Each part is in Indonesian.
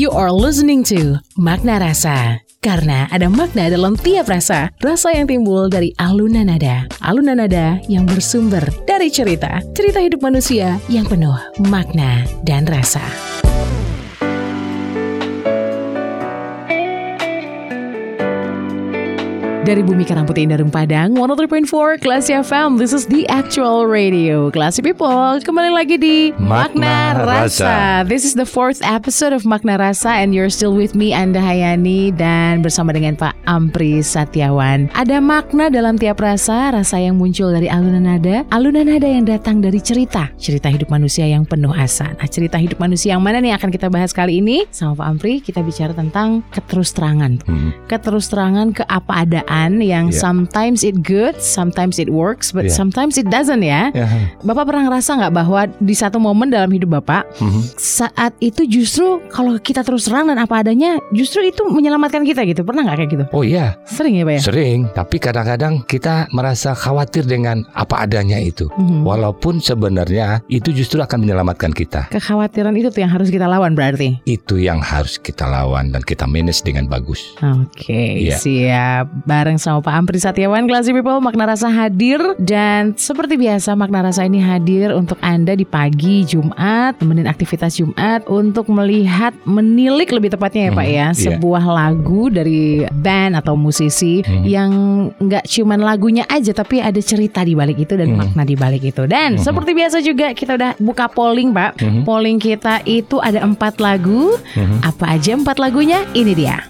You are listening to Makna Rasa. Karena ada makna dalam tiap rasa. Rasa yang timbul dari alunan nada. Alunan nada yang bersumber dari cerita. Cerita hidup manusia yang penuh makna dan rasa. Dari Bumi Karang Putih Indah Padang 103.4 Classy FM. This is the actual radio. Classy people, kembali lagi di Makna Rasa. This is the 4th episode of Makna Rasa, and you're still with me, Anda Hayani, dan bersama dengan Pak Ampri Satiawan. Ada makna dalam tiap rasa, rasa yang muncul dari alunan nada yang datang dari cerita hidup manusia yang penuh asa. Nah, cerita hidup manusia yang mana nih akan kita bahas kali ini sama Pak Ampri? Kita bicara tentang keterus-terangan. Keterus-terangan ke apa adaan yang sometimes it good, sometimes it works, but sometimes it doesn't ya. Bapak pernah ngerasa nggak bahwa di satu momen dalam hidup Bapak, saat itu justru kalau kita terus terang dan apa adanya, justru itu menyelamatkan kita gitu? Pernah nggak kayak gitu? Oh iya. Sering ya Pak ya? Sering, tapi kadang-kadang kita merasa khawatir dengan apa adanya itu. Walaupun sebenarnya itu justru akan menyelamatkan kita. Kekhawatiran itu tuh yang harus kita lawan berarti? Itu yang harus kita lawan dan kita manage dengan bagus. Oke, siap. Bareng sama Pak Ampri Satiawan, Classy People, Makna Rasa hadir. Dan seperti biasa, Makna Rasa ini hadir untuk Anda di pagi Jumat, temenin aktivitas Jumat, untuk melihat, menilik lebih tepatnya ya Pak ya, sebuah lagu dari band atau musisi yang gak cuman lagunya aja, tapi ada cerita di balik itu dan makna di balik itu. Dan seperti biasa juga kita udah buka polling Pak. Polling kita itu ada 4 lagu. Apa aja 4 lagunya? Ini dia.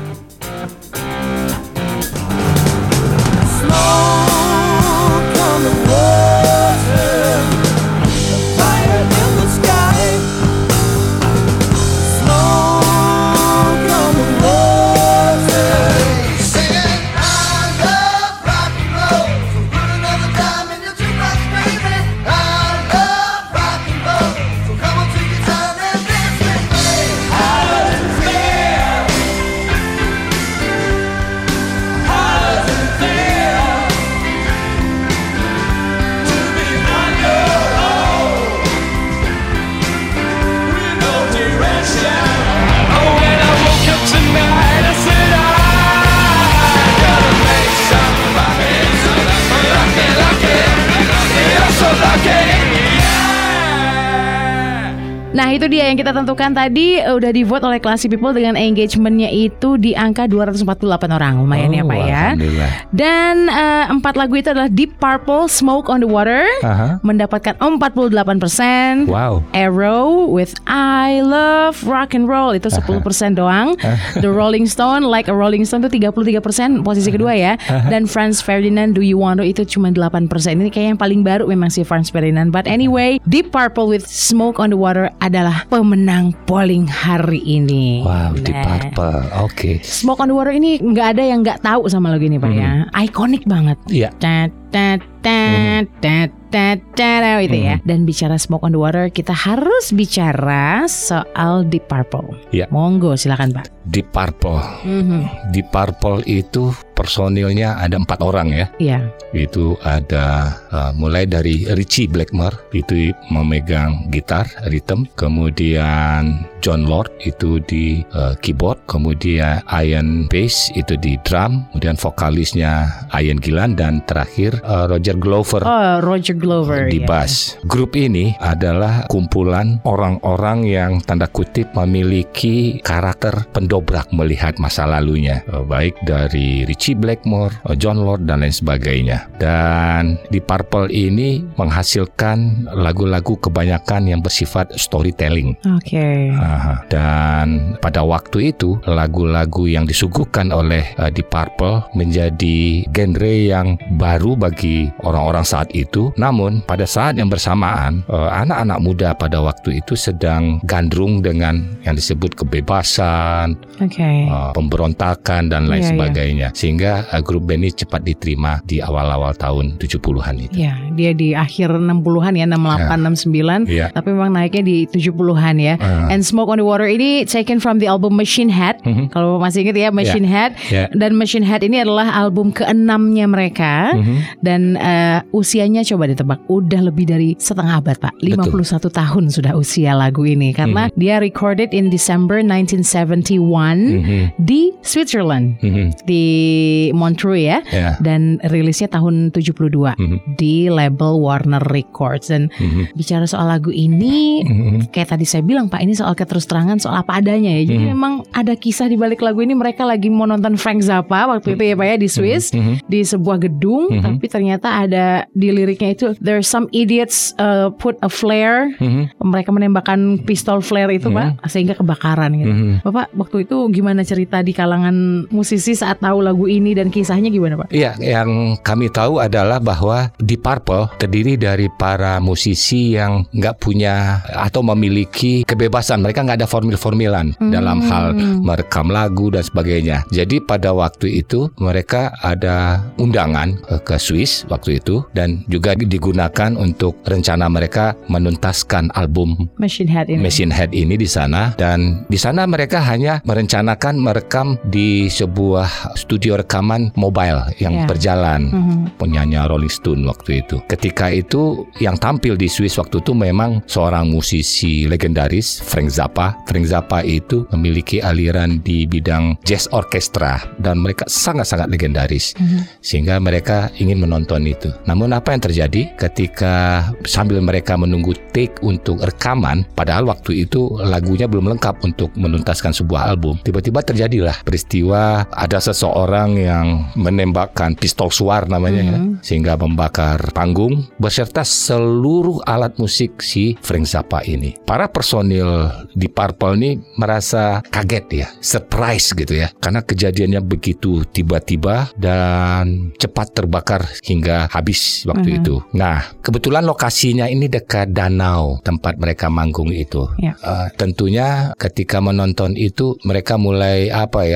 Nah itu dia yang kita tentukan tadi, udah di-vote oleh Classy People dengan engagementnya itu di angka 248 orang. Lumayan ya Pak ya. Dan 4 lagu itu adalah Deep Purple, Smoke on the Water, mendapatkan 48%. Wow. Arrow with I Love Rock and Roll itu 10% doang. The Rolling Stone, Like a Rolling Stone itu 33%, posisi kedua ya. Dan Franz Ferdinand, Do You Want To itu cuma 8%. Ini kayak yang paling baru memang si Franz Ferdinand. But anyway, Deep Purple with Smoke on the Water adalah pemenang polling hari ini. Wow, Deep Purple, oke. Smoke on the Water ini nggak ada yang nggak tahu sama lagu ini Pak ya. Ikonik banget. Iya. Itu ya. Dan bicara Smoke on the Water, kita harus bicara soal Deep Purple. Iya. Monggo silakan Pak. Deep Purple. Deep Purple itu personilnya ada 4 orang ya. Iya. Itu ada mulai dari Ritchie Blackmore, itu memegang gitar, rhythm. Kemudian Jon Lord itu di keyboard. Kemudian Ian Pace itu di drum. Kemudian vokalisnya Ian Gillan. Dan terakhir Roger Glover. Roger Glover di bass. Grup ini adalah kumpulan orang-orang yang tanda kutip memiliki karakter pendobrak melihat masa lalunya, baik dari Ritchie Blackmore, Jon Lord dan lain sebagainya. Dan Deep Purple ini menghasilkan lagu-lagu kebanyakan yang bersifat storytelling. Dan pada waktu itu lagu-lagu yang disuguhkan oleh Deep Purple menjadi genre yang baru bagi orang-orang saat itu. Namun pada saat yang bersamaan anak-anak muda pada waktu itu sedang gandrung dengan yang disebut kebebasan, pemberontakan dan lain sebagainya. Sehingga grup band ini cepat diterima di awal-awal tahun 70-an itu. Ya, dia di akhir 60-an ya, 68, 69. Tapi memang naiknya di 70-an ya. And Smoke on the Water ini taken from the album Machine Head. Kalau masih ingat ya, Machine Head. Dan Machine Head ini adalah album ke-6-nya mereka. Dan usianya coba ditebak, udah lebih dari setengah abad Pak. 51 tahun sudah usia lagu ini. Karena dia recorded in December 1971 di Switzerland, di Montreux ya. Dan rilisnya tahun 72 di label Warner Records. Dan bicara soal lagu ini, kayak tadi saya bilang Pak, ini soal keterus-terangan, soal apa adanya ya. Jadi memang ada kisah di balik lagu ini. Mereka lagi mau nonton Frank Zappa waktu itu ya Pak ya, di Swiss, di sebuah gedung, tapi ternyata ada di liriknya itu, there's some idiots put a flare, mereka menembakkan pistol flare itu Pak, sehingga kebakaran gitu. Bapak waktu itu gimana cerita di kalangan musisi saat tahu lagu ini dan kisahnya gimana Pak? Iya, yang kami tahu adalah bahwa Deep Purple terdiri dari para musisi yang nggak punya atau memiliki kebebasan. Mereka nggak ada formil-formilan dalam hal merekam lagu dan sebagainya. Jadi pada waktu itu mereka ada undangan ke Swiss waktu itu, dan juga digunakan untuk rencana mereka menuntaskan album Machine Head ini di sana. Dan di sana mereka hanya merencanakan merekam di sebuah studio rekaman mobile yang berjalan, punyanya Rolling Stone waktu itu. Ketika itu yang tampil di Swiss waktu itu memang seorang musisi legendaris, Frank Zappa. Frank Zappa itu memiliki aliran di bidang jazz orkestra dan mereka sangat-sangat legendaris, sehingga mereka ingin menonton itu. Namun apa yang terjadi ketika sambil mereka menunggu take untuk rekaman, padahal waktu itu lagunya belum lengkap untuk menuntaskan sebuah album, tiba-tiba terjadilah peristiwa ada seseorang yang menembakkan pistol suar namanya ya, sehingga membakar panggung beserta seluruh alat musik si Frank Zappa ini. Para personil di Purple ini merasa kaget ya, surprise gitu ya, karena kejadiannya begitu tiba-tiba dan cepat terbakar hingga habis waktu itu. Nah, kebetulan lokasinya ini dekat danau tempat mereka manggung itu. Tentunya ketika menonton itu mereka mulai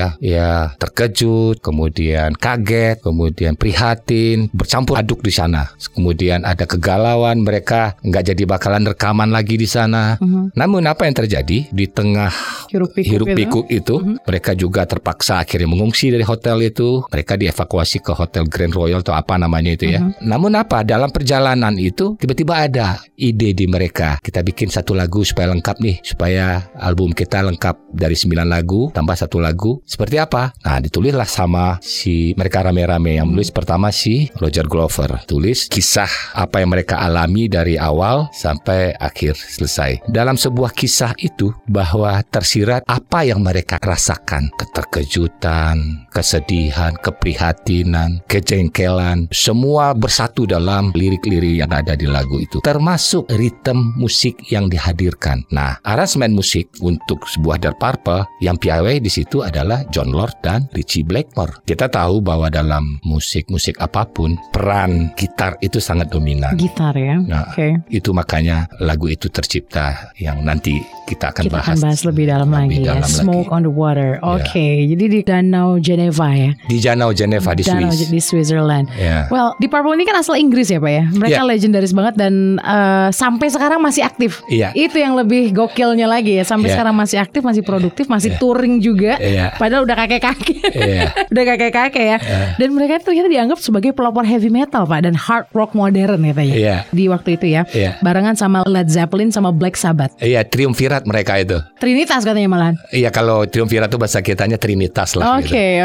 terkejut, kemudian kaget, kemudian prihatin, bercampur aduk di sana. Kemudian ada kegalauan, mereka nggak jadi bakalan rekaman lagi di sana. Namun apa yang terjadi di tengah hiruk-pikuk itu, mereka juga terpaksa akhirnya mengungsi dari hotel itu. Mereka dievakuasi ke Hotel Grand Royal atau apa namanya itu ya. Namun dalam perjalanan itu tiba-tiba ada ide di mereka, kita bikin satu lagu supaya lengkap nih, supaya album kita lengkap dari 9 lagu tambah satu lagu. Seperti apa? Nah, ditulislah sama si mereka rame-rame. Yang menulis pertama si Roger Glover, tulis kisah apa yang mereka alami dari awal sampai akhir selesai. Dalam sebuah kisah itu bahwa tersirat apa yang mereka rasakan, keterkejutan, kesedihan, keprihatinan, kejengkelan, semua bersatu dalam lirik-lirik yang ada di lagu itu, termasuk ritme musik yang dihadirkan. Nah, aransemen musik untuk sebuah Deep Purple yang piawai di situ adalah John Lord dan Ritchie Blackmore. Kita tahu bahwa dalam musik apapun peran gitar itu sangat dominan. Gitar ya. Nah, itu makanya lagu itu tercipta yang nanti kita akan bahas lebih dalam lagi ya. Smoke on the Water. Jadi di Danau Geneva ya. Di Danau Geneva di Swiss. Di Switzerland. Well, Deep Purple ini kan asal Inggris ya Pak ya. Mereka legendaris banget dan sampai sekarang masih aktif. Itu yang lebih gokilnya lagi ya. Sampai sekarang masih aktif, masih produktif, masih touring juga. Padahal udah kakek-kakek. Udah kakek-kakek ya. Dan mereka ternyata dianggap sebagai pelopor heavy metal Pak, dan hard rock modern katanya. Di waktu itu ya. Barengan sama Led Zeppelin sama Black Sabbath. Triumvirat mereka itu. Trinitas katanya malahan. Kalau triumvirat itu bahasa kitanya Trinitas lah. Oke.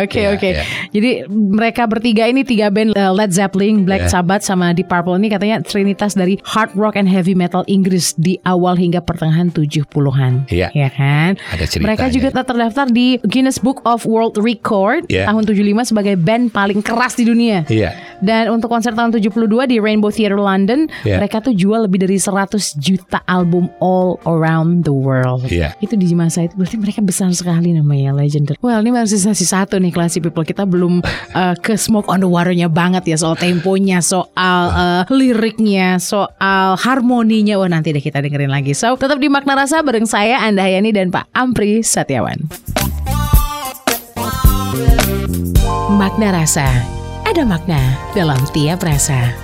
Jadi mereka bertiga ini, 3 band, Led Zeppelin, Black Sabbath sama Deep Purple ini katanya trinitas dari hard rock and heavy metal Inggris di awal hingga pertengahan 70-an. Ya kan? Ada ceritanya. Mereka juga terdaftar di Guinness Book of World Record tahun 75 sebagai band paling keras di dunia. Dan untuk konser tahun 72 di Rainbow Theatre London, mereka tuh jual lebih dari 100 juta album all around the world. Itu di masa itu berarti mereka besar sekali namanya, legendary. Well, ini masih sesi satu nih Classy People. Kita belum ke Smoke on the Water-nya banget ya, soal temponya, soal liriknya, soal harmoninya. Nanti deh kita dengerin lagi. So, tetap di Makna Rasa bareng saya Anda Hayani dan Pak Ampri Setiawan. Makna Rasa. Ada makna dalam tiap rasa.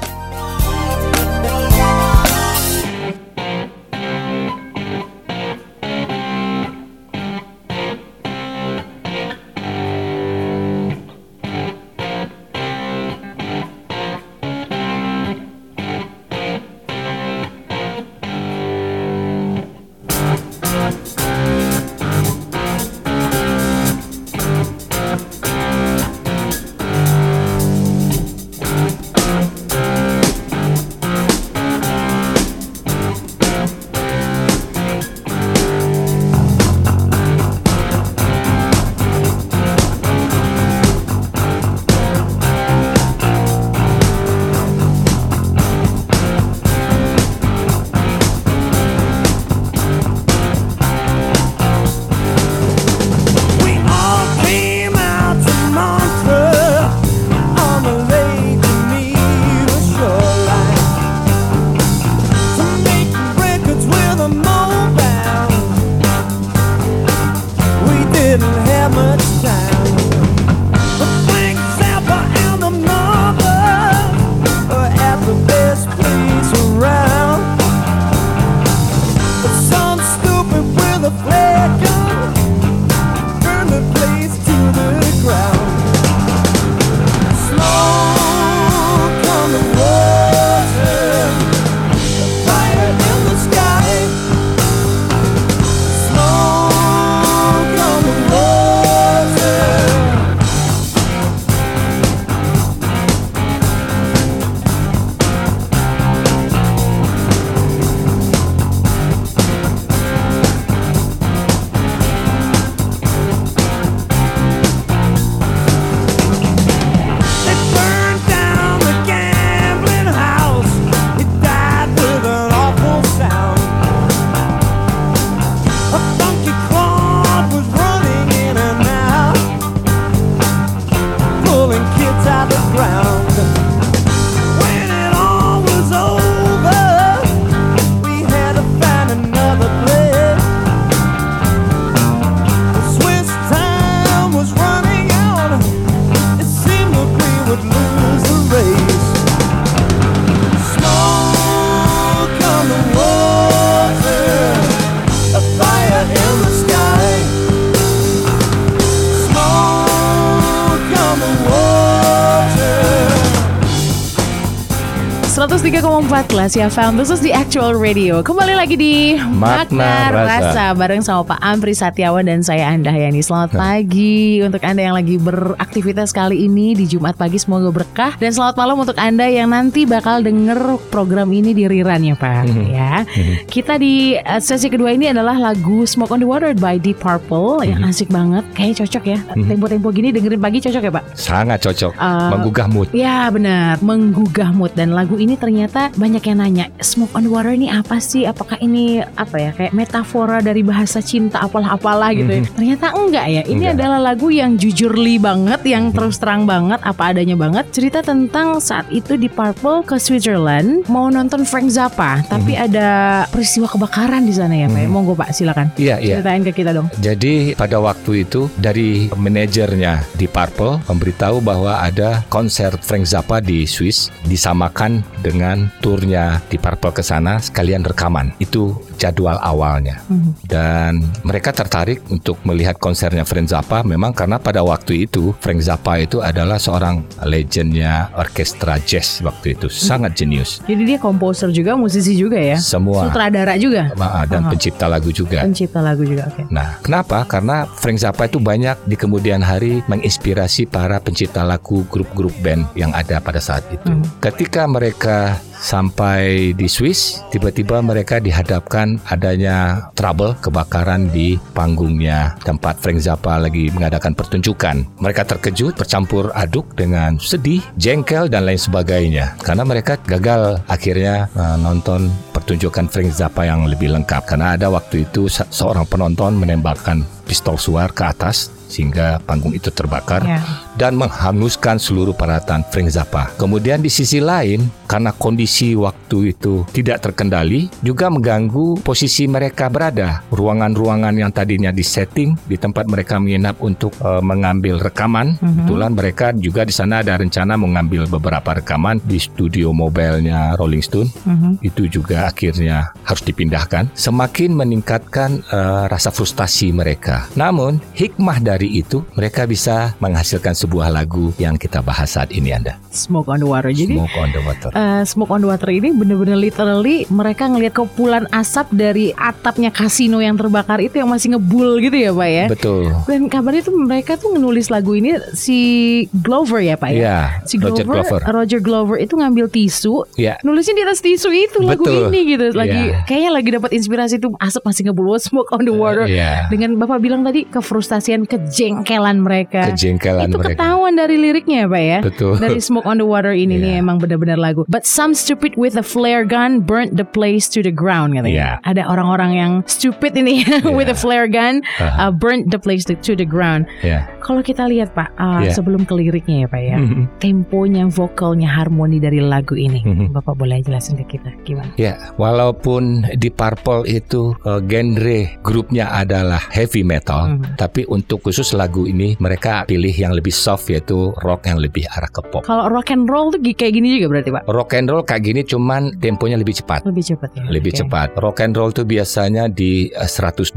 103,4 Classy FM. This is the actual radio. Kembali lagi di Makna Rasa bareng sama Pak Amri Satyawan dan saya Andayani. Selamat pagi untuk Anda yang lagi beraktivitas kali ini di Jumat pagi, semoga berkah. Dan selamat malam untuk Anda yang nanti bakal denger program ini di rerun ya Pak. Ya. Kita di sesi kedua ini adalah lagu Smoke on the Water by Deep Purple yang asik banget. Kayaknya cocok ya. Tempo-tempo gini dengerin pagi cocok ya Pak? Sangat cocok. Menggugah mood. Ya benar, menggugah mood. Dan lagu ini ternyata banyak yang nanya, Smoke on the Water ini apa sih? Apakah ini apa ya, kayak metafora dari bahasa cinta apalah gitu ya. Ternyata enggak ya. Ini adalah lagu yang jujurly banget, yang terus terang banget, apa adanya banget. Cerita tentang saat itu Deep Purple ke Switzerland mau nonton Frank Zappa, tapi ada peristiwa kebakaran di sana ya Pak. Monggo Pak, silakan. Iya. Ceritain ke kita dong. Jadi pada waktu itu dari manajernya Deep Purple memberitahu bahwa ada konser Frank Zappa di Swiss disamakan dengan turnya Deep Purple ke sana sekalian rekaman. Itu jadwal awalnya. Dan mereka tertarik untuk melihat konsernya Frank Zappa memang karena pada waktu itu Frank Zappa itu adalah seorang legendnya orkestra jazz waktu itu, sangat jenius. Jadi dia komposer juga, musisi juga ya? Semua. Sutradara juga? Dan pencipta lagu juga. Oke. Nah, kenapa? Karena Frank Zappa itu banyak di kemudian hari menginspirasi para pencipta lagu grup-grup band yang ada pada saat itu. Ketika mereka sampai di Swiss, tiba-tiba mereka dihadapkan adanya trouble, kebakaran di panggungnya tempat Frank Zappa lagi mengadakan pertunjukan. Mereka terkejut, bercampur aduk dengan sedih, jengkel dan lain sebagainya karena mereka gagal akhirnya nonton pertunjukan Frank Zappa yang lebih lengkap karena ada waktu itu seorang penonton menembakkan pistol suar ke atas sehingga panggung itu terbakar dan menghanguskan seluruh peralatan Frank Zappa. Kemudian di sisi lain, karena kondisi waktu itu tidak terkendali, juga mengganggu posisi mereka berada. Ruangan-ruangan yang tadinya disetting di tempat mereka menginap untuk mengambil rekaman, kebetulan mereka juga di sana ada rencana mengambil beberapa rekaman di studio mobile-nya Rolling Stone. Itu juga akhirnya harus dipindahkan, semakin meningkatkan rasa frustasi mereka. Namun hikmah dari itu mereka bisa menghasilkan sebuah lagu yang kita bahas saat ini Anda. Smoke on the Water. Jadi Smoke on the Water. Smoke on the Water ini benar-benar literally mereka ngelihat kepulan asap dari atapnya kasino yang terbakar itu yang masih ngebul gitu ya Pak ya. Betul. Dan kabarnya itu mereka tuh menulis lagu ini si Glover ya Pak ya. Iya. Si Roger Glover itu ngambil tisu, nulisin di atas tisu itu lagu ini gitu. Kayaknya lagi dapat inspirasi tuh asap masih ngebul, Smoke on the Water. Dengan Bapak bilang tadi kefrustasian, kejengkelan mereka. Itu ketahuan dari liriknya ya Pak ya. Betul. Dari Smoke on the Water ini nih emang benar-benar lagu. But some stupid with a flare gun burnt the place to the ground katanya. Ada orang-orang yang stupid ini with a flare gun burnt the place to the ground. Kalau kita lihat Pak, sebelum ke liriknya ya Pak ya, temponya, vokalnya, harmoni dari lagu ini, Bapak boleh jelasin ke kita gimana? Walaupun Deep Purple itu genre grupnya adalah heavy metal, tapi untuk khusus lagu ini mereka pilih yang lebih soft, yaitu rock yang lebih arah ke pop. Kalau rock and roll tuh kayak gini juga berarti Pak? Rock and roll kayak gini cuman temponya lebih cepat. Lebih cepat. Rock and roll tuh biasanya di 120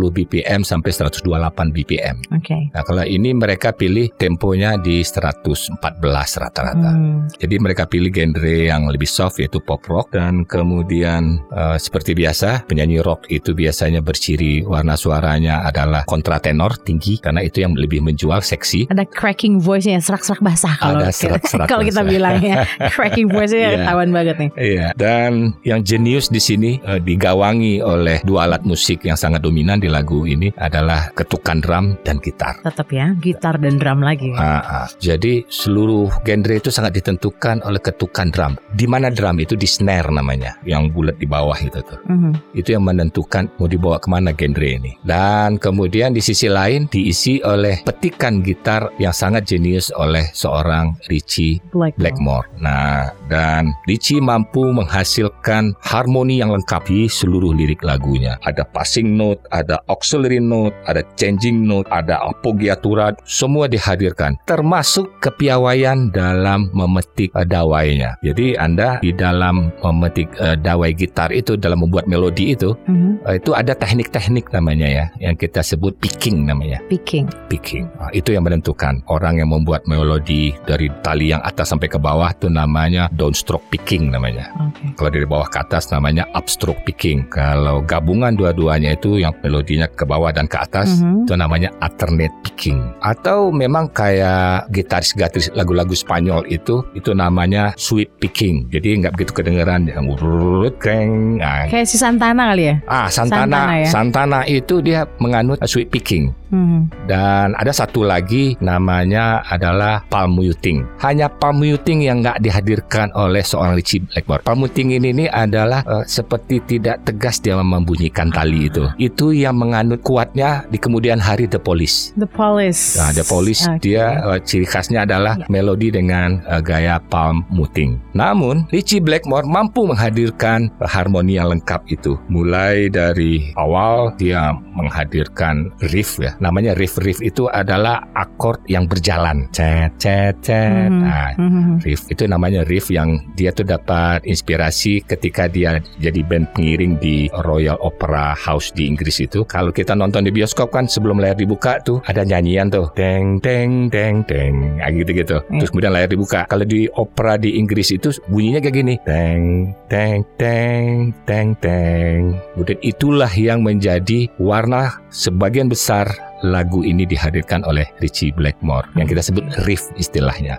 BPM sampai 128 BPM. Nah kalau ini mereka pilih temponya di 114 rata-rata. Jadi mereka pilih genre yang lebih soft yaitu pop rock. Dan kemudian seperti biasa penyanyi rock itu biasanya berciri warna suaranya adalah kontratenor tinggi karena itu yang lebih menjual, seksi. Ada cracking voice-nya, serak-serak basah kalau kita bilang ya. Cracking voice-nya ketahuan banget nih. Dan yang jenius di sini digawangi oleh dua alat musik yang sangat dominan di lagu ini adalah ketukan drum dan gitar. Tetap ya, gitar dan drum lagi. Jadi seluruh genre itu sangat ditentukan oleh ketukan drum. Di mana drum itu di snare namanya, yang bulat di bawah itu tuh. Itu yang menentukan mau dibawa kemana genre ini. Dan kemudian di sisi lain diisi oleh petikan gitar yang sangat jenius oleh seorang Richie Blackmore. Nah, dan Richie mampu menghasilkan harmoni yang lengkap di seluruh lirik lagunya. Ada passing note, ada auxiliary note, ada changing note, ada appoggiatura, semua dihadirkan. Termasuk kepiawaian dalam memetik dawainya. Jadi Anda di dalam memetik dawai gitar itu, dalam membuat melodi itu, itu ada teknik-teknik namanya ya, yang kita sebut picking namanya. Picking. Nah, itu yang menentukan orang yang membuat melodi dari tali yang atas sampai ke bawah itu namanya downstroke picking namanya. Okay. Kalau dari bawah ke atas namanya upstroke picking. Kalau gabungan dua-duanya itu yang melodinya ke bawah dan ke atas itu namanya alternate picking. Atau memang kayak gitaris-gitaris lagu-lagu Spanyol itu namanya sweep picking. Jadi nggak begitu kedengeran yang kreng. Kayak si Santana kali ya? Santana itu dia menganut sweep picking. Dan ada satu lagi namanya adalah palm muting. Hanya palm muting yang nggak dihadirkan oleh seorang Ritchie Blackmore. Palm muting ini adalah seperti tidak tegas dia membunyikan tali itu. Itu yang menganut kuatnya di kemudian hari The Police. The Police. Nah, The Police dia ciri khasnya adalah melodi dengan gaya palm muting. Namun Ritchie Blackmore mampu menghadirkan harmoni yang lengkap itu. Mulai dari awal dia menghadirkan riff ya. Namanya riff itu adalah akord yang berjalan. Cet. Nah, riff itu namanya riff yang dia tuh dapat inspirasi ketika dia jadi band pengiring di Royal Opera House di Inggris itu. Kalau kita nonton di bioskop kan sebelum layar dibuka tuh ada nyanyian tuh. Deng deng deng deng. Gitu. Terus kemudian layar dibuka. Kalau di opera di Inggris itu bunyinya kayak gini. Deng deng deng deng deng. Kemudian itulah yang menjadi warna sebagian besar lagu ini dihadirkan oleh Ritchie Blackmore yang kita sebut riff istilahnya.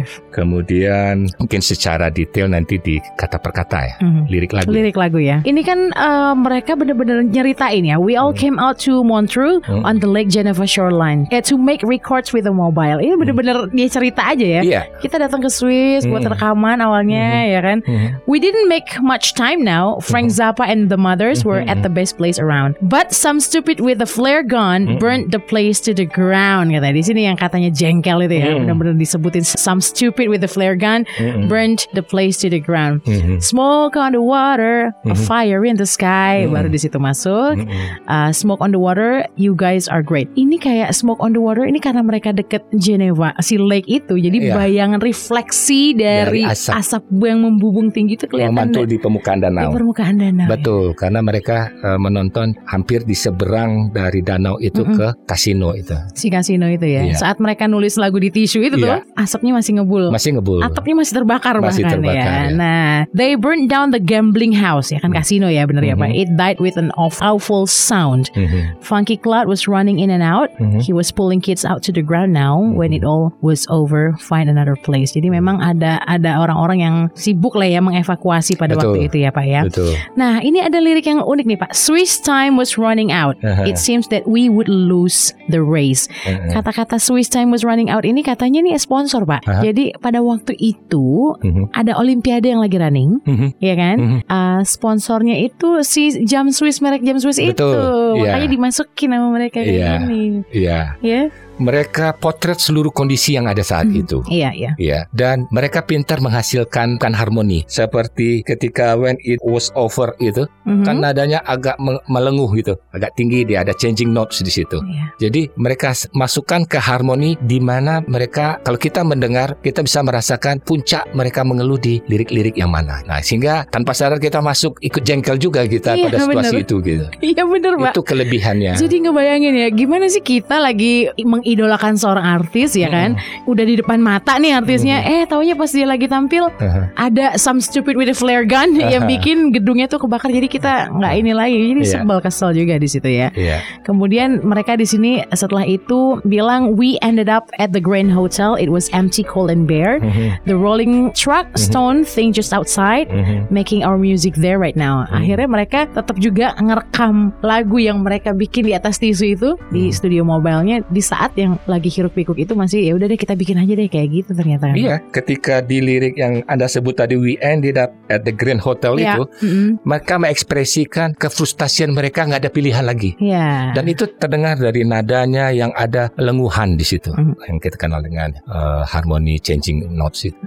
Kemudian mungkin secara detail nanti di kata per kata ya, lirik lagu ya. Ini kan mereka benar-benar nyeritain ya. We all came out to Montreux on the Lake Geneva shoreline to make records with a mobile. Ini benar-benar dia cerita aja ya. Yeah. Kita datang ke Swiss buat rekaman awalnya ya kan. We didn't make much time now. Frank Zappa and the Mothers were at the best place around. But some stupid with a flare gun burnt the place to the ground. Kata di sini yang katanya jengkel itu ya. Benar-benar disebutin some stupid with a flare gun burnt the place to the ground. Smoke on the water, a fire in the sky. Baru di situ masuk. Smoke on the water, you guys are great. Ini kayak smoke on the water ini karena mereka deket Geneva, si lake itu. Jadi bayangan refleksi dari asap yang membubung tinggi itu kelihatan memantul di permukaan danau. Di permukaan danau. Betul, karena mereka menonton hampir di seberang dari danau itu ke kasino itu. Si kasino itu ya. Saat mereka nulis lagu di tisu itu tuh, asapnya masih ngebul. Atapnya masih terbakar bahkan ya. Nah, they burned down the gambling house ya kan kasino ya benar ya Pak. It died with an awful sound. Funky Cloud was running in and out. He was pulling kids out to the ground now. When it all was over, find another place. Jadi memang ada orang-orang yang sibuk lah ya mengevakuasi pada waktu itu ya Pak ya. Nah, ini ada lirik yang unik nih Pak. Swiss time was running out. It seems that we would lose the race. Kata-kata Swiss time was running out ini katanya nih sponsor Pak. Jadi pada waktu itu ada Olimpiade yang lagi running, ya kan? Sponsornya itu si merek jam Swiss itu, makanya dimasukin nama mereka kayak gini. Iya. Mereka potret seluruh kondisi yang ada saat itu. Iya. Dan mereka pintar menghasilkan harmoni. Seperti ketika when it was over itu, kan nadanya agak melenguh gitu, agak tinggi, dia ada changing notes di situ. Jadi mereka masukkan ke harmoni di mana mereka, kalau kita mendengar, kita bisa merasakan puncak mereka mengeluh di lirik-lirik yang mana. Nah, sehingga tanpa sadar kita masuk ikut jengkel juga kita pada situasi itu gitu. Iya benar Pak. Itu kelebihannya. Jadi ngebayangin ya, gimana sih kita lagi idolakan seorang artis ya kan, udah di depan mata nih artisnya, taunya pas dia lagi tampil ada some stupid with a flare gun yang bikin gedungnya tuh kebakar, jadi kita nggak ini lagi, jadi sebel kesel juga di situ ya. Kemudian mereka di sini setelah itu bilang we ended up at the Grand Hotel, it was empty, cold and bare. The rolling truck stone thing just outside, making our music there right now. Akhirnya mereka tetap juga ngerekam lagu yang mereka bikin di atas tisu itu di studio mobilenya di saat yang lagi hiruk pikuk itu masih ya udah deh kita bikin aja deh kayak gitu ternyata. Iya, ketika di lirik yang Anda sebut tadi we ended up at the Grand Hotel itu, mereka mengekspresikan kefrustasian mereka nggak ada pilihan lagi. Dan itu terdengar dari nadanya yang ada lenguhan di situ, yang kita kenal dengan harmoni changing notes itu.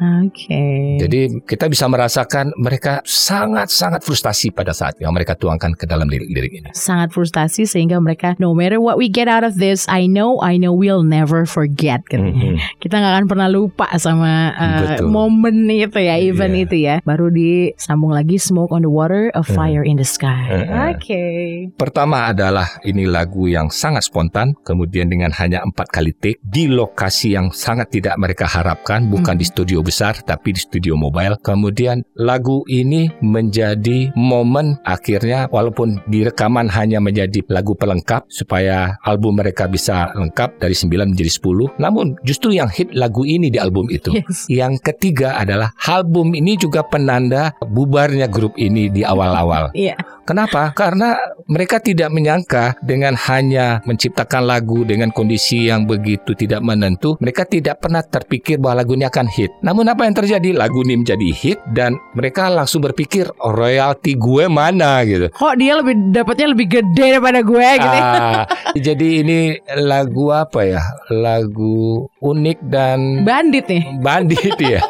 Jadi kita bisa merasakan mereka sangat-sangat frustasi pada saat yang mereka tuangkan ke dalam lirik-lirik ini. Sangat frustasi sehingga mereka no matter what we get out of this, I know we'll never forget katanya. Kita nggak akan pernah lupa sama momen itu ya, event itu ya. Baru disambung lagi Smoke on the Water, A Fire in the Sky. Oke. Pertama adalah ini lagu yang sangat spontan, kemudian dengan hanya 4 kali take di lokasi yang sangat tidak mereka harapkan, bukan di studio besar tapi di studio mobile. Kemudian lagu ini menjadi momen akhirnya, walaupun di rekaman hanya menjadi lagu pelengkap supaya album mereka bisa lengkap dari 9 menjadi 10, namun justru yang hit lagu ini di album itu. Yang ketiga adalah album ini juga penanda bubarnya grup ini di awal-awal. Kenapa? Karena mereka tidak menyangka dengan hanya menciptakan lagu dengan kondisi yang begitu tidak menentu, mereka tidak pernah terpikir bahwa lagu ini akan hit. Namun apa yang terjadi? Lagu ini menjadi hit dan mereka langsung berpikir, royalti gue mana gitu. Kok dia dapatnya lebih gede daripada gue gitu. Jadi ini lagu apa ya? Lagu unik dan bandit nih. Bandit ya.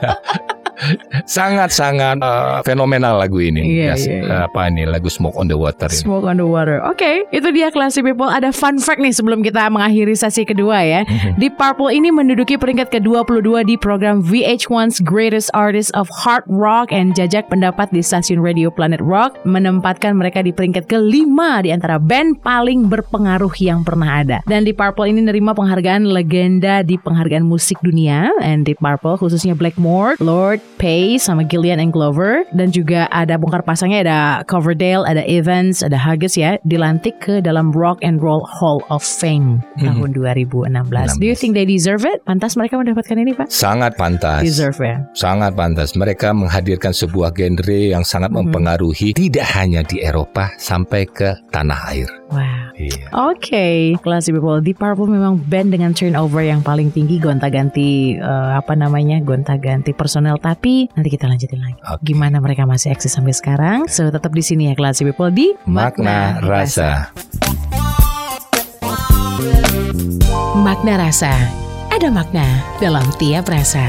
Sangat-sangat fenomenal lagu ini. Apa ini lagu Smoke on the Water. Smoke on the Water. Oke, itu dia Classy People. Ada fun fact nih sebelum kita mengakhiri sesi kedua ya. Deep Purple ini menduduki peringkat ke-22 di program VH1's Greatest Artists of Hard Rock, and jajak pendapat di stasiun radio Planet Rock menempatkan mereka di peringkat ke-5 di antara band paling berpengaruh yang pernah ada. Dan Deep Purple ini nerima penghargaan legenda di penghargaan musik dunia. And Deep Purple khususnya Blackmore, Lord, Pace sama Gillian and Glover, dan juga ada bongkar pasangnya, ada Coverdale, ada Evans, ada Hughes ya, dilantik ke dalam Rock and Roll Hall of Fame tahun 2016. Do you think they deserve it? Pantas mereka mendapatkan ini, Pak? Sangat pantas. Deserve ya. Sangat pantas. Mereka menghadirkan sebuah genre yang sangat mempengaruhi tidak hanya di Eropa sampai ke tanah air. Wow. Oke, Classy People, Deep Purple memang band dengan turnover yang paling tinggi, gonta-ganti gonta-ganti personel, tapi nanti kita lanjutin lagi. Gimana mereka masih eksis sampai sekarang? So tetap di sini ya Classy People di Makna Rasa. Makna Rasa. Ada makna dalam tiap rasa.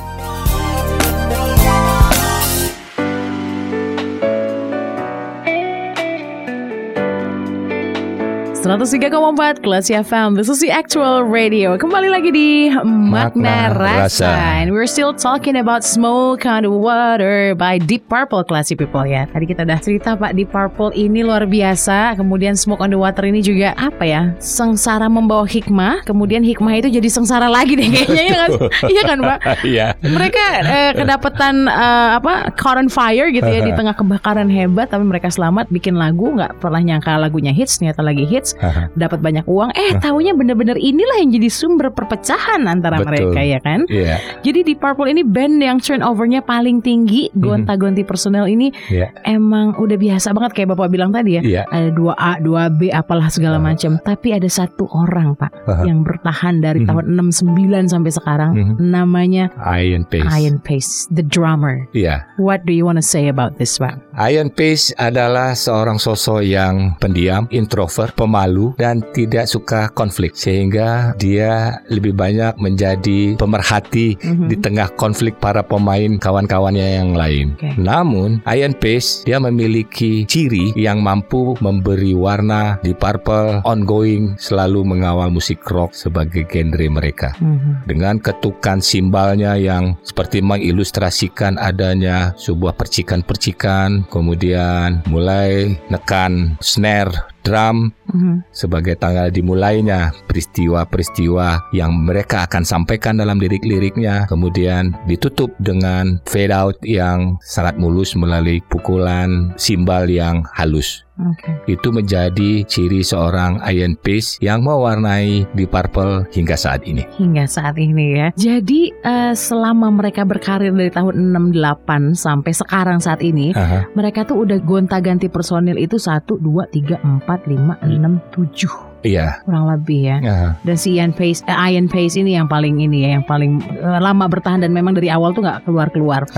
103,4 Classy FM. This is the actual radio. Kembali lagi di Makna Rasa. And we're still talking about Smoke on the Water by Deep Purple, Classy People ya. Tadi kita udah cerita Pak, Deep Purple ini luar biasa. Kemudian Smoke on the Water ini juga apa ya? Sengsara membawa hikmah. Kemudian hikmah itu jadi sengsara lagi deh kayaknya ya kan? Iya kan Pak? Iya. Mereka kedapatan caught on fire gitu ya di tengah kebakaran hebat, tapi mereka selamat, bikin lagu, nggak pernah nyangka lagunya hits, ternyata lagi hits. Dapat banyak uang. Taunya bener-bener inilah yang jadi sumber perpecahan antara mereka ya kan. Jadi Deep Purple ini band yang turnovernya paling tinggi. Gonta-ganti personel ini emang udah biasa banget kayak Bapak bilang tadi ya. Ada 2A, 2B apalah segala macam. Tapi ada satu orang Pak yang bertahan dari tahun 69 sampai sekarang. Namanya Ian Pace. Ian Pace, the drummer. What do you want to say about this Pak? Ian Pace adalah seorang sosok yang pendiam, introvert, pemalu, dan tidak suka konflik, sehingga dia lebih banyak menjadi pemerhati di tengah konflik para pemain kawan-kawannya yang lain. Namun Ian Pace dia memiliki ciri yang mampu memberi warna di Purple ongoing, selalu mengawal musik rock sebagai genre mereka dengan ketukan simbalnya yang seperti mengilustrasikan adanya sebuah percikan-percikan, kemudian mulai nekan snare drum sebagai tanggal dimulainya peristiwa-peristiwa yang mereka akan sampaikan dalam lirik-liriknya, kemudian ditutup dengan fade out yang sangat mulus melalui pukulan simbal yang halus. Itu menjadi ciri seorang Ian Pace yang mewarnai Deep Purple hingga saat ini. Hingga saat ini ya. Jadi selama mereka berkarir dari tahun 68 sampai sekarang saat ini, mereka tuh udah gonta-ganti personil itu 1, 2, 3, 4, 5, 6, 7. Iya. Kurang lebih ya. Dan si Ian Pace ini yang paling lama bertahan dan memang dari awal tuh nggak keluar-keluar.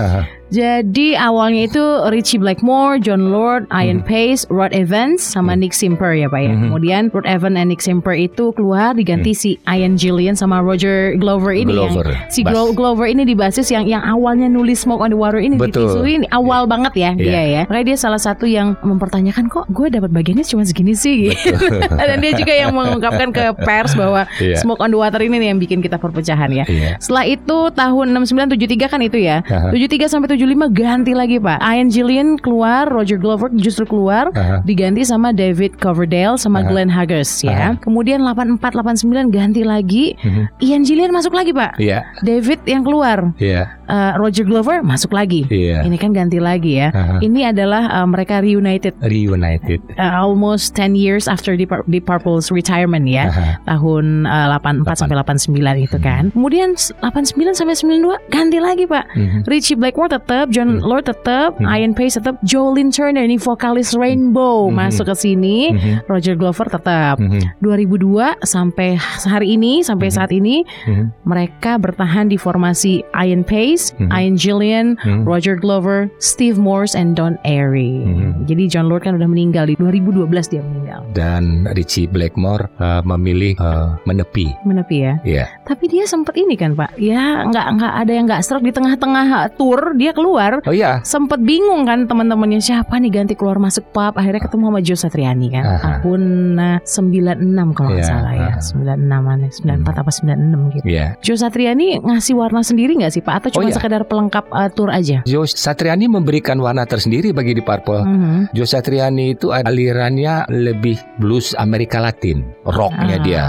Jadi awalnya itu Ritchie Blackmore, John Lord, Ian Pace, Rod Evans sama Nick Simper ya Pak ya. Kemudian Rod Evans dan Nick Simper itu keluar diganti si Ian Gillian sama Roger Glover ini. Si Glover ini di basis yang awalnya nulis Smoke on the Water ini ditisuin awal banget ya dia ya. Makanya dia salah satu yang mempertanyakan kok gue dapat bagiannya cuma segini sih gitu. Dan dia juga yang mengungkapkan ke pers bahwa Smoke on the Water ini nih yang bikin kita perpecahan ya. Setelah itu tahun 69 73 kan itu ya. 73 sampai 75 ganti lagi Pak. Ian Gillian keluar, Roger Glover justru keluar, diganti sama David Coverdale sama Glenn Hughes ya. Kemudian 84 89 ganti lagi. Ian Gillian masuk lagi Pak. David yang keluar. Roger Glover masuk lagi. Ini kan ganti lagi ya. Ini adalah mereka reunited. Almost 10 years after Deep Purple's retirement ya. Tahun 84 sampai 89 itu kan. Kemudian 89 sampai 92 ganti lagi Pak. Ritchie Blackmore tetap, John Lord tetap, Ian Pace tetap, Jolene Turner ini vokalis Rainbow masuk ke sini. Roger Glover tetap. 2002 sampai hari ini, sampai saat ini mereka bertahan di formasi Ian Pace, Ian Gillian, Roger Glover, Steve Morse, and Don Airey. Jadi John Lord kan udah meninggal di 2012 dia meninggal. Dan Ritchie Blackmore memilih menepi ya. Tapi dia sempat ini kan Pak, ya nggak ada yang nggak stroke di tengah-tengah tour dia keluar. Sempat bingung kan teman-temannya siapa nih ganti keluar masuk pub. Akhirnya ketemu sama Joe Satriani kan tahun 96 kalau nggak salah ya. 94 apa 96 gitu. Joe Satriani ngasih warna sendiri nggak sih Pak? Atau cuma sekedar pelengkap tour aja? Joe Satriani memberikan warna tersendiri bagi Deep Purple. Joe Satriani itu alirannya lebih blues Amerika Latin, rocknya dia.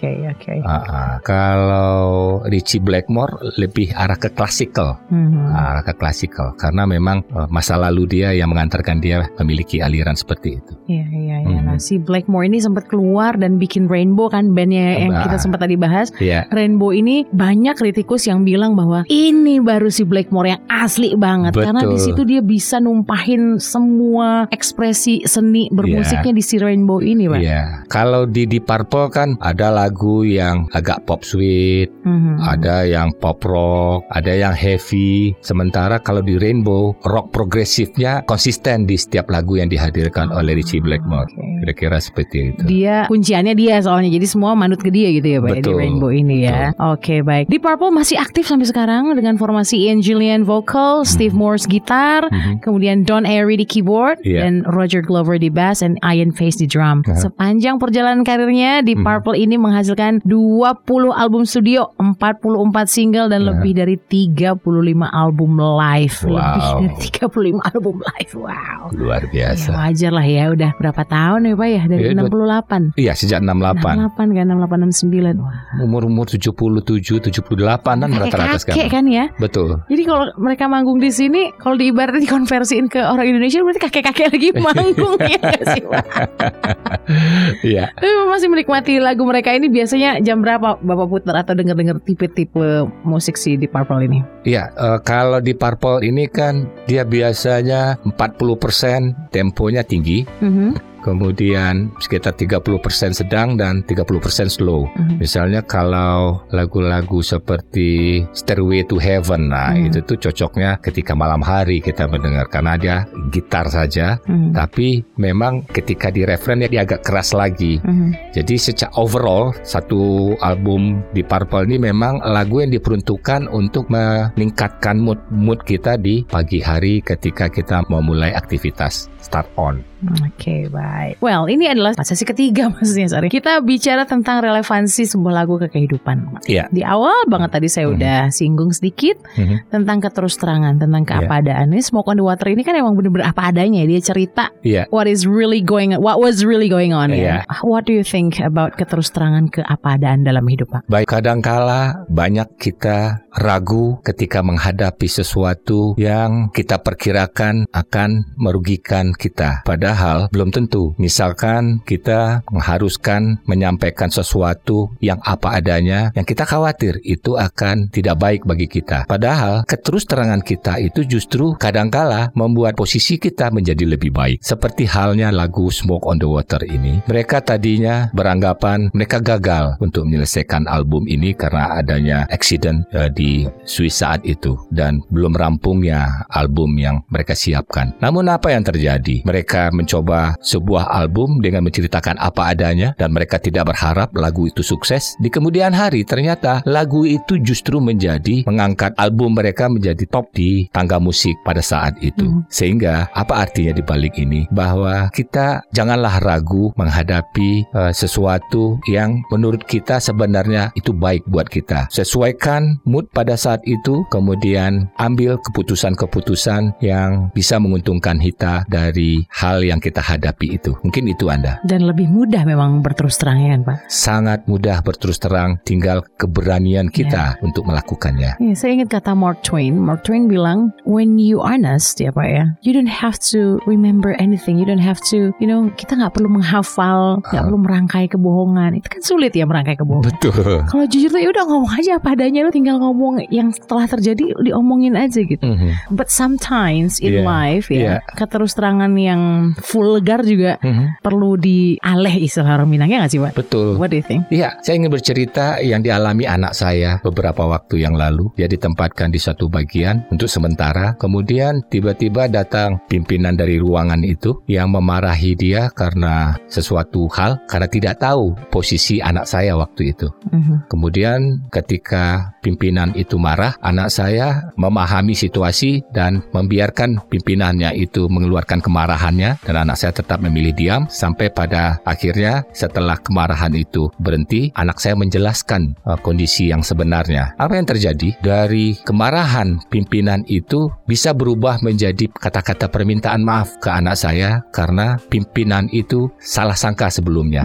Kalau Ritchie Blackmore lebih arah ke klasikal, karena memang masa lalu dia yang mengantarkan dia memiliki aliran seperti itu. Nah, si Blackmore ini sempat keluar dan bikin Rainbow kan, bandnya yang kita sempat tadi bahas. Rainbow ini banyak kritikus yang bilang bahwa ini baru si Blackmore yang asli banget. Karena di situ dia bisa numpahin semua ekspresi seni bermusiknya di si Rainbow ini Pak. Kalau di Deep Purple kan ada lagu yang agak pop sweet, ada yang pop rock, ada yang heavy. Sementara kalau di Rainbow, rock progresifnya konsisten di setiap lagu yang dihadirkan oleh Ritchie Blackmore. Kira-kira seperti itu. Dia kunciannya dia soalnya, jadi semua manut ke dia gitu ya Pak. Di Rainbow ini ya. Baik. Deep Purple masih aktif sampai sekarang dengan formasi Ian Gillian vokal, Steve Morse gitar, kemudian Don Airey di keyboard, dan Roger Glover di bass, dan Ian Pace di drum. Sepanjang perjalanan karirnya, Deep Purple ini menghasilkan 20 album studio, 44 single, dan lebih dari 35 album live. Lebih dari 35 album live. Wow. Luar biasa. Ya, wajar lah ya, udah berapa tahun ya Pak ya? Dari 68. Iya, sejak 68. 68 kan, 68, 69. Umur 77, 78 kan rata-rata sekarang. Kakek kan ya? Betul. Jadi kalau mereka manggung di sini, kalau diibaratnya dikonversiin ke orang Indonesia, berarti kakek-kakek lagi manggung ya gak sih Pak? Iya. Masih menikmati lagu mereka ini biasanya jam berapa Bapak putar atau denger-denger tipe-tipe musik si Deep Purple ini? Iya, kalau Deep Purple ini kan dia biasanya 40% temponya tinggi. Kemudian sekitar 30% sedang dan 30% slow. Misalnya kalau lagu-lagu seperti Stairway to Heaven, itu tuh cocoknya ketika malam hari kita mendengar karena dia gitar saja, tapi memang ketika di refren dia agak keras lagi. Jadi secara overall satu album di Purple ini memang lagu yang diperuntukkan untuk meningkatkan mood kita di pagi hari ketika kita mau mulai aktivitas start on. Baik. Well, ini adalah sesi ketiga maksudnya. Kita bicara tentang relevansi sebuah lagu ke kehidupan. Di awal banget tadi saya udah singgung sedikit tentang keterus-terangan, tentang keapadaan. Ini Smoke on the Water ini kan emang bener-bener apa adanya. Dia cerita what was really going on. What do you think about keterus-terangan keapadaan dalam hidup Pak? Baik, kadangkala banyak kita ragu ketika menghadapi sesuatu yang kita perkirakan akan merugikan kita. Padahal belum tentu. Misalkan kita mengharuskan menyampaikan sesuatu yang apa adanya, yang kita khawatir itu akan tidak baik bagi kita. Padahal keterus-terangan kita itu justru kadangkala membuat posisi kita menjadi lebih baik. Seperti halnya lagu Smoke on the Water ini. Mereka tadinya beranggapan mereka gagal untuk menyelesaikan album ini karena adanya accident di Swiss saat itu dan belum rampungnya album yang mereka siapkan. Namun apa yang terjadi? Mereka mencoba sebuah album dengan menceritakan apa adanya dan mereka tidak berharap lagu itu sukses. Di kemudian hari ternyata lagu itu justru mengangkat album mereka menjadi top di tangga musik pada saat itu. Sehingga apa artinya di balik ini? Bahwa kita janganlah ragu menghadapi sesuatu yang menurut kita sebenarnya itu baik buat kita. Sesuaikan mood pada saat itu, kemudian ambil keputusan-keputusan yang bisa menguntungkan kita dari hal yang kita hadapi itu. Mungkin itu Anda. Dan lebih mudah memang berterus terang ya kan Pak? Sangat mudah berterus terang, tinggal keberanian kita untuk melakukannya. Ya, saya ingat kata Mark Twain. Mark Twain bilang, when you honest ya Pak ya, you don't have to remember anything. You don't have to, kita nggak perlu menghafal, nggak perlu merangkai kebohongan. Itu kan sulit ya merangkai kebohongan. Betul. Kalau jujur tuh ya udah ngomong aja apa adanya, lu tinggal ngomong yang setelah terjadi diomongin aja gitu. But sometimes in life keterus terangan yang vulgar juga perlu dialeh istilah orang Minang, ya nggak sih Pak? Betul. What do you think? Iya, saya ingin bercerita yang dialami anak saya beberapa waktu yang lalu. Dia ditempatkan di satu bagian untuk sementara. Kemudian tiba-tiba datang pimpinan dari ruangan itu yang memarahi dia karena sesuatu hal, karena tidak tahu posisi anak saya waktu itu. Kemudian ketika pimpinan itu marah, anak saya memahami situasi dan membiarkan pimpinannya itu mengeluarkan kemarahannya, dan anak saya tetap memilih diam sampai pada akhirnya setelah kemarahan itu berhenti, anak saya menjelaskan kondisi yang sebenarnya. Apa yang terjadi? Dari kemarahan pimpinan itu bisa berubah menjadi kata-kata permintaan maaf ke anak saya karena pimpinan itu salah sangka sebelumnya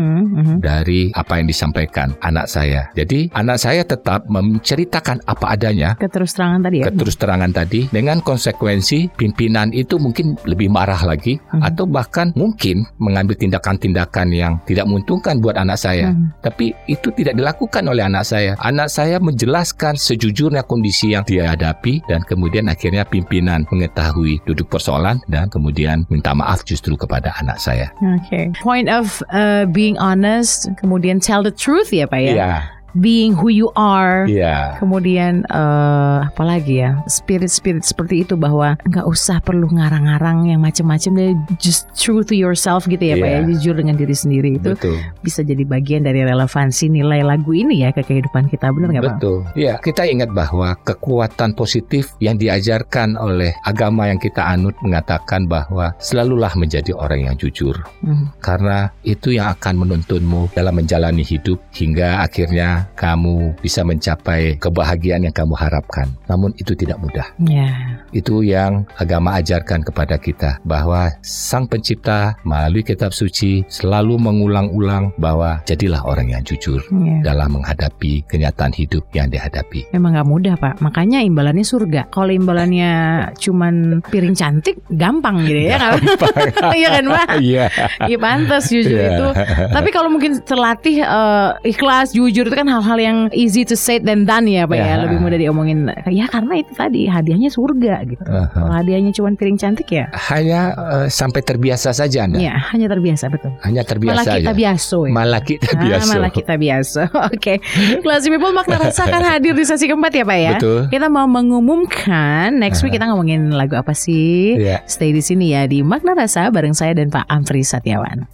dari apa yang disampaikan anak saya. Jadi anak saya tetap menceritakan apa adanya, keterus-terangan tadi ya? Keterus-terangan tadi, dengan konsekuensi pimpinan itu mungkin lebih marah lagi atau bahkan mungkin mengambil tindakan-tindakan yang tidak menguntungkan buat anak saya. Tapi itu tidak dilakukan oleh anak saya. Anak saya menjelaskan sejujurnya kondisi yang dia hadapi dan kemudian akhirnya pimpinan mengetahui duduk persoalan dan kemudian minta maaf justru kepada anak saya. Okay. Point of being honest, kemudian tell the truth ya Pak ya? Yeah. Being who you are, kemudian apalagi ya, spirit seperti itu, bahwa nggak usah perlu ngarang-ngarang yang macam-macam, just true to yourself gitu ya Pak ya, jujur dengan diri sendiri. Itu bisa jadi bagian dari relevansi nilai lagu ini ya ke kehidupan kita, benar nggak Pak? Betul. Ya, kita ingat bahwa kekuatan positif yang diajarkan oleh agama yang kita anut mengatakan bahwa selalulah menjadi orang yang jujur, karena itu yang akan menuntunmu dalam menjalani hidup hingga akhirnya kamu bisa mencapai kebahagiaan yang kamu harapkan. Namun itu tidak mudah. Itu yang agama ajarkan kepada kita, bahwa Sang Pencipta melalui kitab suci selalu mengulang-ulang bahwa jadilah orang yang jujur dalam menghadapi kenyataan hidup yang dihadapi. Memang gak mudah Pak, makanya imbalannya surga. Kalau imbalannya cuman piring cantik, gampang gitu ya. Iya kan Pak? Iya pantas jujur itu. Tapi kalau mungkin terlatih ikhlas, jujur, itu kan hal-hal yang easy to say than done ya Pak ya. Lebih mudah diomongin. Ya karena itu tadi hadiahnya surga gitu. Kalau hadiahnya cuma piring cantik ya hanya sampai terbiasa saja Anda. Ya, hanya terbiasa, betul. Hanya terbiasa malah kita biasa ya. Malah kita biasa. Oke. Classy People, Makna Rasa akan hadir di sesi keempat ya Pak ya. Betul. Kita mau mengumumkan next week kita ngomongin lagu apa sih. Stay di sini ya di Makna Rasa bareng saya dan Pak Amfri Setiawan.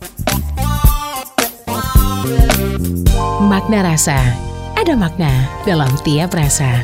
Makna Rasa, ada makna dalam tiap rasa.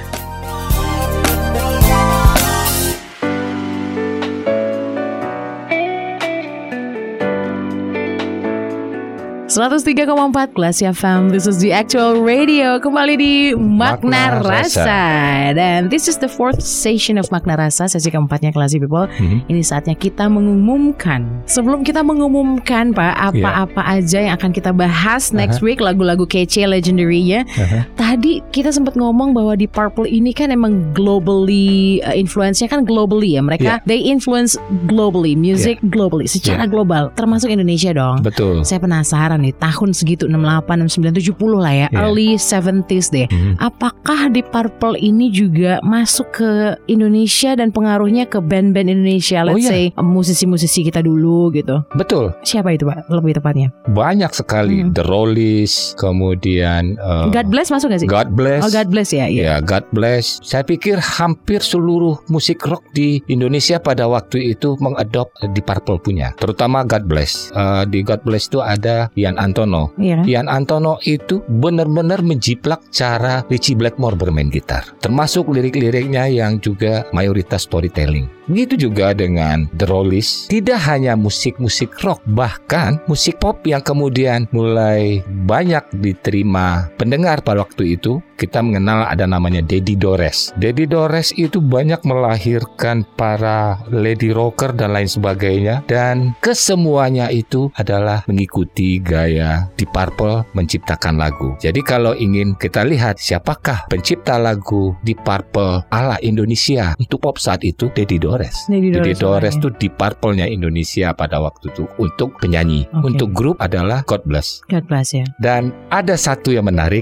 103,4 Classy FM. This is the actual radio. Kembali di Makna Rasa. Dan this is the fourth session of Makna Rasa, sesi keempatnya Classy People. Ini saatnya kita mengumumkan. Sebelum kita mengumumkan Pak, apa-apa aja yang akan kita bahas next week, lagu-lagu kece legendary-nya. Tadi kita sempat ngomong bahwa di Purple ini kan emang globally, influence-nya kan globally ya. Mereka they influence globally, music globally, secara global, termasuk Indonesia dong. Betul. Saya penasaran nih, tahun segitu 68, 69, 70 lah ya, early 70s deh. Apakah di Purple ini juga masuk ke Indonesia dan pengaruhnya ke band-band Indonesia, let's say musisi-musisi kita dulu gitu? Betul. Siapa itu Pak, lebih tepatnya? Banyak sekali. The Rollies, kemudian God Bless masuk gak sih? God Bless. Oh, God Bless ya. Ya, God Bless. Saya pikir hampir seluruh musik rock di Indonesia pada waktu itu mengadop di Purple punya, terutama God Bless. Di God Bless itu ada Ian Antono. Ian Antono itu benar-benar menjiplak cara Ritchie Blackmore bermain gitar, termasuk lirik-liriknya yang juga mayoritas storytelling. Begitu juga dengan The Rollies. Tidak hanya musik-musik rock, bahkan musik pop yang kemudian mulai banyak diterima pendengar pada waktu itu. Kita mengenal ada namanya Daddy Dores. Daddy Dores itu banyak melahirkan para lady rocker dan lain sebagainya, dan kesemuanya itu adalah mengikuti gaya di Purple menciptakan lagu. Jadi kalau ingin kita lihat siapakah pencipta lagu di Purple ala Indonesia untuk pop saat itu, Daddy Dores. Daddy Dores itu di Purple-nya Indonesia pada waktu itu untuk penyanyi. Untuk grup adalah God Bless. God Bless ya. Dan ada satu yang menarik.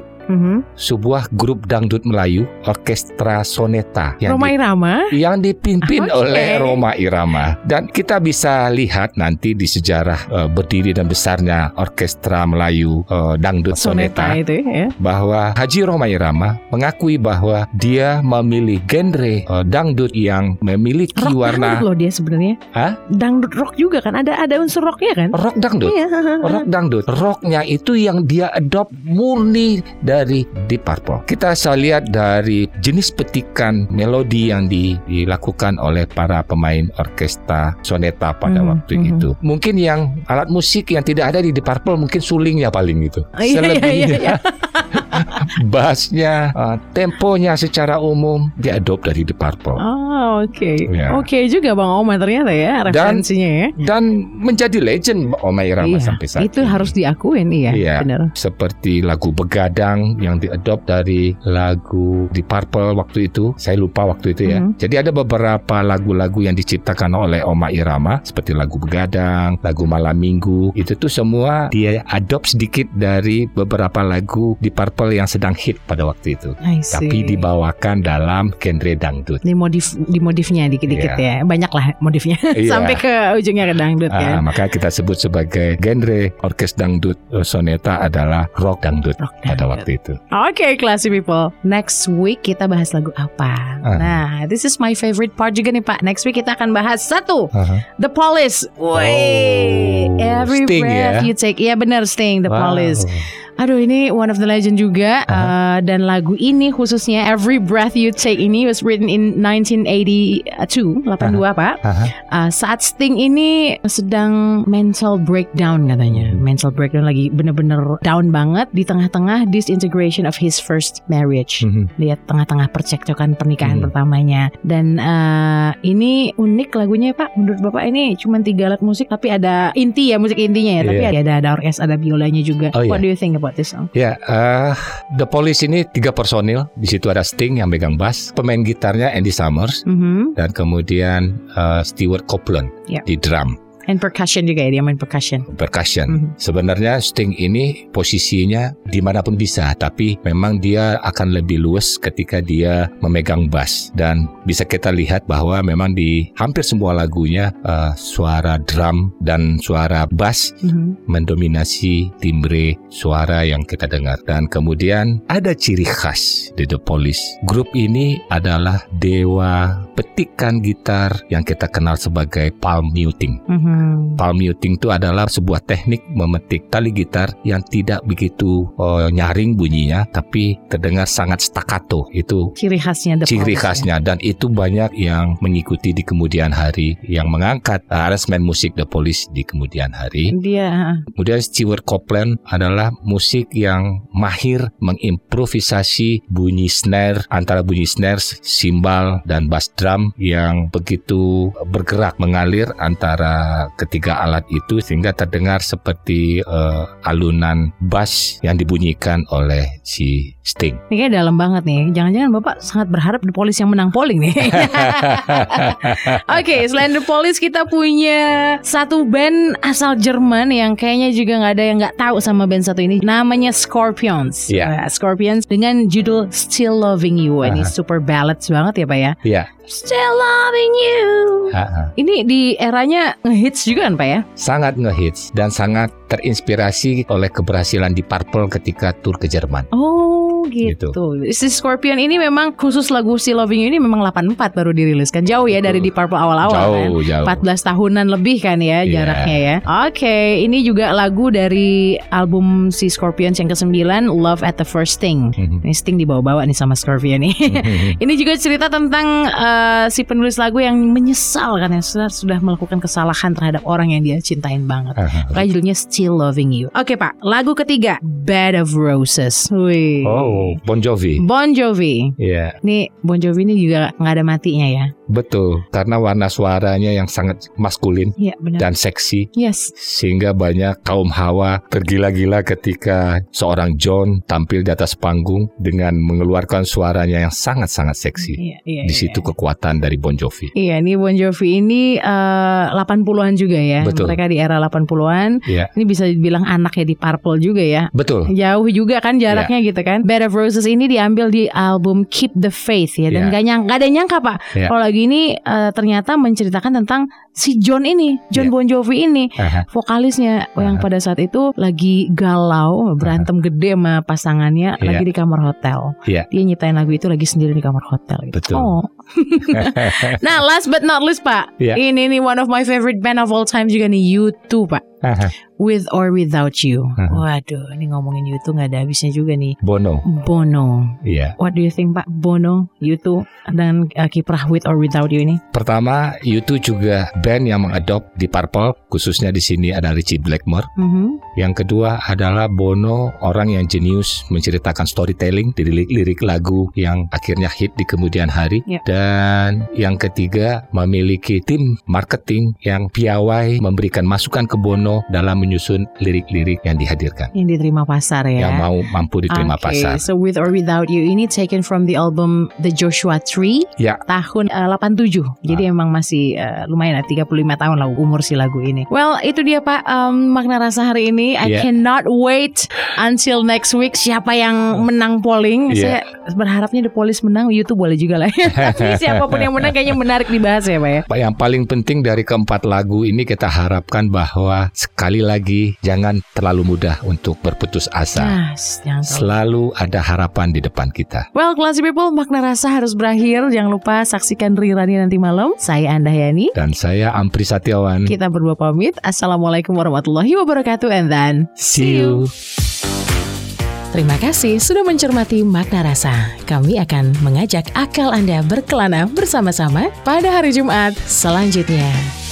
Sebuah grup dangdut Melayu, Orkestra Soneta Roma Irama yang dipimpin oleh Roma Irama. Dan kita bisa lihat nanti di sejarah berdiri dan besarnya Orkestra Melayu Dangdut Soneta itu, bahwa Haji Roma Irama mengakui bahwa dia memilih genre dangdut yang memiliki rock warna loh dia sebenarnya. Dangdut rock juga kan, ada unsur rocknya kan? Rock dangdut. Rock dangdut. Rocknya itu yang dia adopt murni dari Deep Purple. Kita bisa lihat dari jenis petikan melodi yang dilakukan oleh para pemain orkestra Soneta pada waktu itu. Mungkin yang alat musik yang tidak ada di Deep Purple mungkin sulingnya paling itu. Selebihnya bassnya, temponya secara umum diadop dari Deep Purple. Oke juga Bang Oma ternyata ya referensinya ya. Dan menjadi legend Oma Irama sampai saat itu ini. Harus diakuin benar. Seperti lagu Begadang yang diadop dari lagu di Purple waktu itu. Saya lupa waktu itu ya. Jadi ada beberapa lagu-lagu yang diciptakan oleh Oma Irama seperti lagu Begadang, lagu Malam Minggu. Itu tuh semua dia adop sedikit dari beberapa lagu di Purple yang sedang hit pada waktu itu. Tapi dibawakan dalam genre dangdut. Dimodifnya dikit-dikit ya. Banyak lah modifnya sampai ke ujungnya ke dangdut ya. Maka kita sebut sebagai genre orkes dangdut Soneta adalah rock dangdut pada waktu itu. Oke, Classy People. Next week kita bahas lagu apa? Nah, this is my favorite part juga nih Pak. Next week kita akan bahas satu, The Police. Every Sting, breath you take. Iya benar, Sting, The Police. Aduh, ini one of the legend juga. Dan lagu ini khususnya Every Breath You Take ini was written in 1982 Pak. Saat Sting ini sedang mental breakdown katanya. Mental breakdown, lagi bener-bener down banget di tengah-tengah disintegration of his first marriage. Lihat tengah-tengah percekcokan pernikahan pertamanya. Dan ini unik lagunya Pak. Menurut Bapak ini cuma 3 alat musik tapi ada inti ya, musik intinya ya. Tapi ada orkes, ada biolanya juga. What do you think about this song? The Police ini 3 personil. Di situ ada Sting yang megang bass, pemain gitarnya Andy Summers, dan kemudian Stewart Copeland di drum. And percussion juga ya, dia main percussion. Sebenarnya Sting ini posisinya dimanapun bisa, tapi memang dia akan lebih luas ketika dia memegang bass. Dan bisa kita lihat bahwa memang di hampir semua lagunya suara drum dan suara bass mendominasi timbre suara yang kita dengar. Dan kemudian ada ciri khas di The Police. Grup ini adalah dewa petikan gitar yang kita kenal sebagai palm muting. Palm muting itu adalah sebuah teknik memetik tali gitar yang tidak begitu nyaring bunyinya, tapi terdengar sangat staccato. Itu ciri khasnya, dan itu banyak yang mengikuti di kemudian hari, yang mengangkat aransemen musik The Police di kemudian hari. Kemudian Stewart Copeland adalah musik yang mahir mengimprovisasi bunyi snare, antara bunyi snare, simbal, dan bass drum yang begitu bergerak mengalir antara ketiga alat itu sehingga terdengar seperti alunan bass yang dibunyikan oleh si Sting. Ini kayak dalam banget nih. Jangan-jangan Bapak sangat berharap The Police yang menang polling nih. Oke, selain The Police kita punya satu band asal Jerman yang kayaknya juga nggak ada yang nggak tahu sama band satu ini. Namanya Scorpions. Scorpions dengan judul Still Loving You. Ini super ballads banget ya Pak ya. Still Loving You. Ini di eranya ngehits juga kan Pak ya? Sangat ngehits dan sangat terinspirasi oleh keberhasilan di Purple ketika tur ke Jerman. Oh gitu. Si Scorpion ini memang khusus lagu Still Loving You ini memang 84 baru dirilis kan. Jauh ya dari di Purple awal-awal kan. 14 tahunan lebih kan ya jaraknya ya. Oke, ini juga lagu dari album si Scorpions yang ke-9, Love at the First Sting. Ini Sting dibawa-bawa nih sama Scorpion nih. Ini juga cerita tentang si penulis lagu yang menyesal kan, yang sudah melakukan kesalahan terhadap orang yang dia cintain banget. Makanya judulnya Still Loving You. Oke Pak, lagu ketiga, Bed of Roses. Bon Jovi. Nih Bon Jovi ini juga nggak ada matinya ya. Betul, karena warna suaranya yang sangat maskulin dan seksi, sehingga banyak kaum hawa tergila-gila ketika seorang John tampil di atas panggung dengan mengeluarkan suaranya yang sangat-sangat seksi. Di situ kekuatan dari Bon Jovi. Nih Bon Jovi ini 80-an juga ya. Betul. Mereka di era 80-an. Ini bisa dibilang anaknya di Purple juga ya. Betul. Jauh juga kan jaraknya gitu kan. Bed of Roses ini diambil di album Keep the Faith ya. Dan gak ada yang nyangka Pak kalau lagi ini ternyata menceritakan tentang si John ini, John Bon Jovi ini, vokalisnya yang pada saat itu lagi galau, berantem gede sama pasangannya, lagi di kamar hotel. Dia nyiptain lagu itu lagi sendiri di kamar hotel gitu. Betul. Nah, last but not least Pak, ini nih one of my favorite band of all time juga nih, U2 Pak. With or Without You. Waduh, ini ngomongin U2 gak ada habisnya juga nih. Bono. What do you think Pak? Bono, U2 dan kiprah With or Without You ini. Pertama, U2 juga band yang mengadop di Purple, khususnya di sini ada Richie Blackmore. Yang kedua adalah Bono, orang yang jenius menceritakan storytelling di lirik lagu yang akhirnya hit di kemudian hari. Dan yang ketiga, memiliki tim marketing yang piawai memberikan masukan ke Bono dalam menyusun lirik-lirik yang dihadirkan, yang diterima pasar ya, yang mampu diterima pasar. So With or Without You ini taken from the album The Joshua Tree tahun 87. Jadi emang masih lumayan 35 tahun lah umur si lagu ini. Well, itu dia Pak makna rasa hari ini. I cannot wait until next week siapa yang menang polling. Saya berharapnya The Police menang, YouTube boleh juga lah. Tapi siapapun yang menang kayaknya menarik dibahas ya Pak ya. Yang paling penting dari keempat lagu ini kita harapkan bahwa sekali lagi jangan terlalu mudah untuk berputus asa. Selalu ada harapan di depan kita. Well, Classy People, makna rasa harus berakhir. Jangan lupa saksikan Rirani nanti malam. Saya Andayani dan saya Ampri Satiawan. Kita berdua pamit. Assalamualaikum warahmatullahi wabarakatuh, and then see you. Terima kasih sudah mencermati Makna Rasa. Kami akan mengajak akal Anda berkelana bersama-sama pada hari Jumat selanjutnya.